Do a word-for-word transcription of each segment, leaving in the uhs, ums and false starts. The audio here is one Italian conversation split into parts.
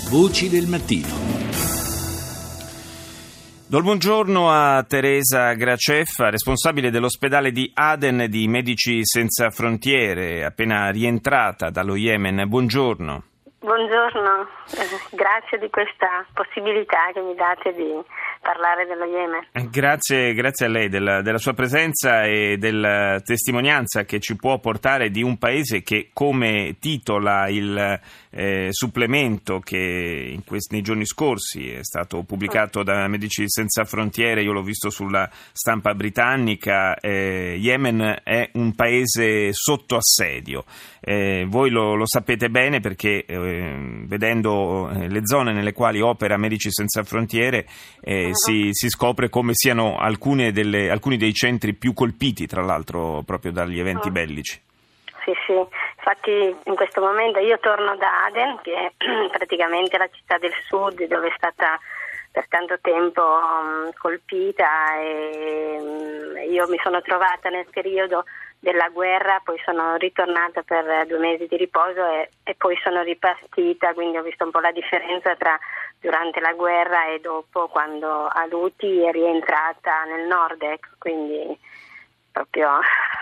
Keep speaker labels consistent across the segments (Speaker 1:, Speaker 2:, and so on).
Speaker 1: Voci del mattino. Do il buongiorno a Teresa Graceffa, responsabile dell'ospedale di Aden di Medici Senza Frontiere, appena rientrata dallo Yemen. Buongiorno.
Speaker 2: Buongiorno, eh, grazie di questa possibilità che mi date di parlare dello Yemen.
Speaker 1: Grazie, grazie a lei della, della sua presenza e della testimonianza che ci può portare di un paese che, come titola il eh, supplemento che in questi, nei giorni scorsi è stato pubblicato da Medici Senza Frontiere, io l'ho visto sulla stampa britannica, eh, Yemen è un paese sotto assedio. Eh, voi lo, lo sapete bene perché eh, vedendo le zone nelle quali opera Medici Senza Frontiere eh, si, si scopre come siano alcune delle, alcuni dei centri più colpiti, tra l'altro, proprio dagli eventi bellici.
Speaker 2: Sì, sì, infatti in questo momento io torno da Aden, che è praticamente la città del sud dove è stata per tanto tempo um, colpita, e um, io mi sono trovata nel periodo della guerra, poi sono ritornata per due mesi di riposo e, e poi sono ripartita, quindi ho visto un po' la differenza tra durante la guerra e dopo, quando a Houthi è rientrata nel nord, ecco, quindi proprio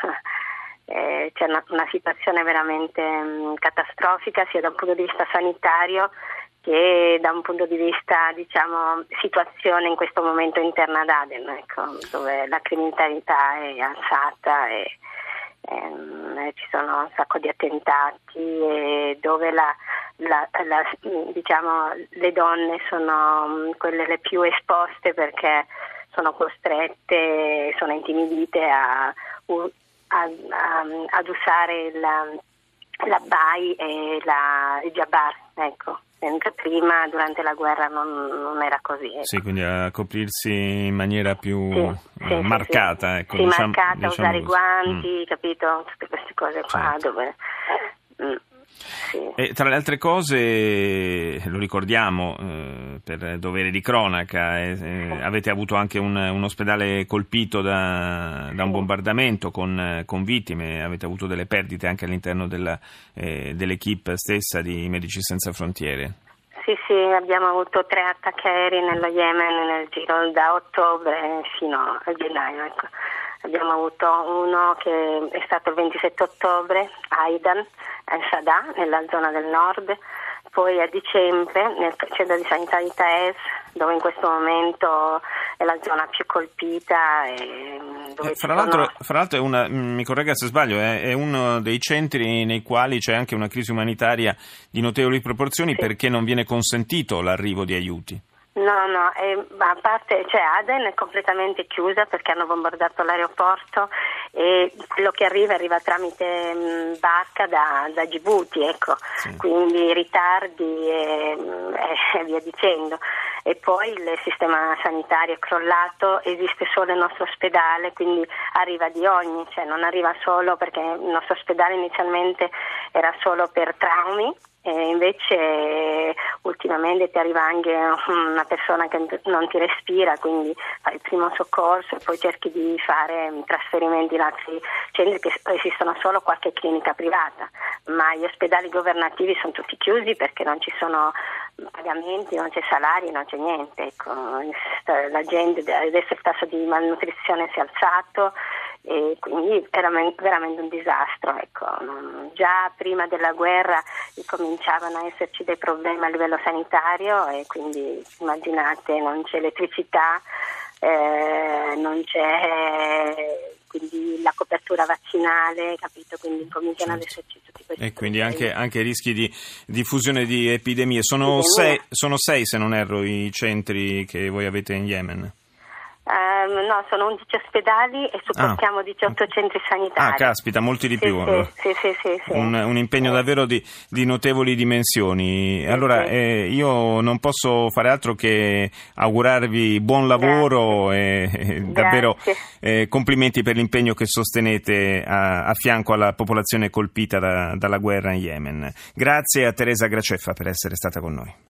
Speaker 2: eh, c'è una, una situazione veramente mh, catastrofica sia da un punto di vista sanitario che da un punto di vista, diciamo, situazione in questo momento interna ad Aden, ecco, dove la criminalità è alzata e ehm, ci sono un sacco di attentati e dove la, la, la, diciamo, le donne sono quelle le più esposte perché sono costrette, sono intimidite a, a, a, ad usare la, la bai e la, il jabbar, ecco. Prima, durante la guerra, non, non era così. Ecco.
Speaker 1: Sì, quindi a coprirsi in maniera più
Speaker 2: sì, sì,
Speaker 1: eh, marcata.
Speaker 2: Sì,
Speaker 1: ecco,
Speaker 2: sì,
Speaker 1: diciamo,
Speaker 2: marcata,
Speaker 1: diciamo
Speaker 2: usare
Speaker 1: così.
Speaker 2: i guanti,
Speaker 1: mm.
Speaker 2: capito? Tutte queste cose qua,
Speaker 1: certo.
Speaker 2: dove... Mm. Sì.
Speaker 1: E tra le altre cose, lo ricordiamo eh, per dovere di cronaca, eh, eh, avete avuto anche un, un ospedale colpito da, da un bombardamento con, con vittime, avete avuto delle perdite anche all'interno della, eh, dell'equipe stessa di Medici Senza Frontiere.
Speaker 2: Sì, sì, abbiamo avuto tre attacchi aerei nello Yemen nel giro da ottobre fino a gennaio, ecco. Abbiamo avuto uno che è stato il ventisette ottobre, Aidan, al-Shada, nella zona del nord, poi a dicembre nel centro di sanità di Taez, dove in questo momento è la zona più colpita. E dove
Speaker 1: eh, fra,
Speaker 2: sono...
Speaker 1: l'altro, fra l'altro, è una, mi corregga se sbaglio, è, è uno dei centri nei quali c'è anche una crisi umanitaria di notevoli proporzioni, sì. Perché non viene consentito l'arrivo di aiuti.
Speaker 2: No, no, eh, a parte, cioè Aden è completamente chiusa perché hanno bombardato l'aeroporto e quello che arriva arriva tramite mh, barca da, da Djibouti, ecco, sì. Quindi ritardi e, e via dicendo. E poi il sistema sanitario è crollato, esiste solo il nostro ospedale, quindi arriva di ogni, cioè non arriva solo perché il nostro ospedale inizialmente era solo per traumi. E invece ultimamente ti arriva anche una persona che non ti respira, quindi fai il primo soccorso e poi cerchi di fare trasferimenti in altri centri, che esistono solo qualche clinica privata, ma gli ospedali governativi sono tutti chiusi perché non ci sono pagamenti, non c'è salari, non c'è niente, ecco. La gente, adesso il tasso di malnutrizione si è alzato e quindi era veramente un disastro, ecco. Già prima della guerra cominciavano a esserci dei problemi a livello sanitario e quindi immaginate, non c'è elettricità, eh, non c'è quindi la copertura vaccinale, capito? Quindi cominciano ad esserci tutti questi
Speaker 1: e quindi
Speaker 2: problemi.
Speaker 1: anche, anche rischi di diffusione di epidemie. Sono sei, sono sei, se non erro, i centri che voi avete in Yemen.
Speaker 2: Uh, no, sono undici ospedali e supportiamo ah. diciotto centri sanitari.
Speaker 1: Ah, caspita, molti di
Speaker 2: sì,
Speaker 1: più.
Speaker 2: Sì,
Speaker 1: allora.
Speaker 2: sì, sì, sì, sì.
Speaker 1: Un, un impegno sì. davvero di, di notevoli dimensioni. Allora, sì. eh, io non posso fare altro che augurarvi buon lavoro Grazie. e, e davvero eh, complimenti per l'impegno che sostenete a, a fianco alla popolazione colpita da, dalla guerra in Yemen. Grazie a Teresa Graceffa per essere stata con noi.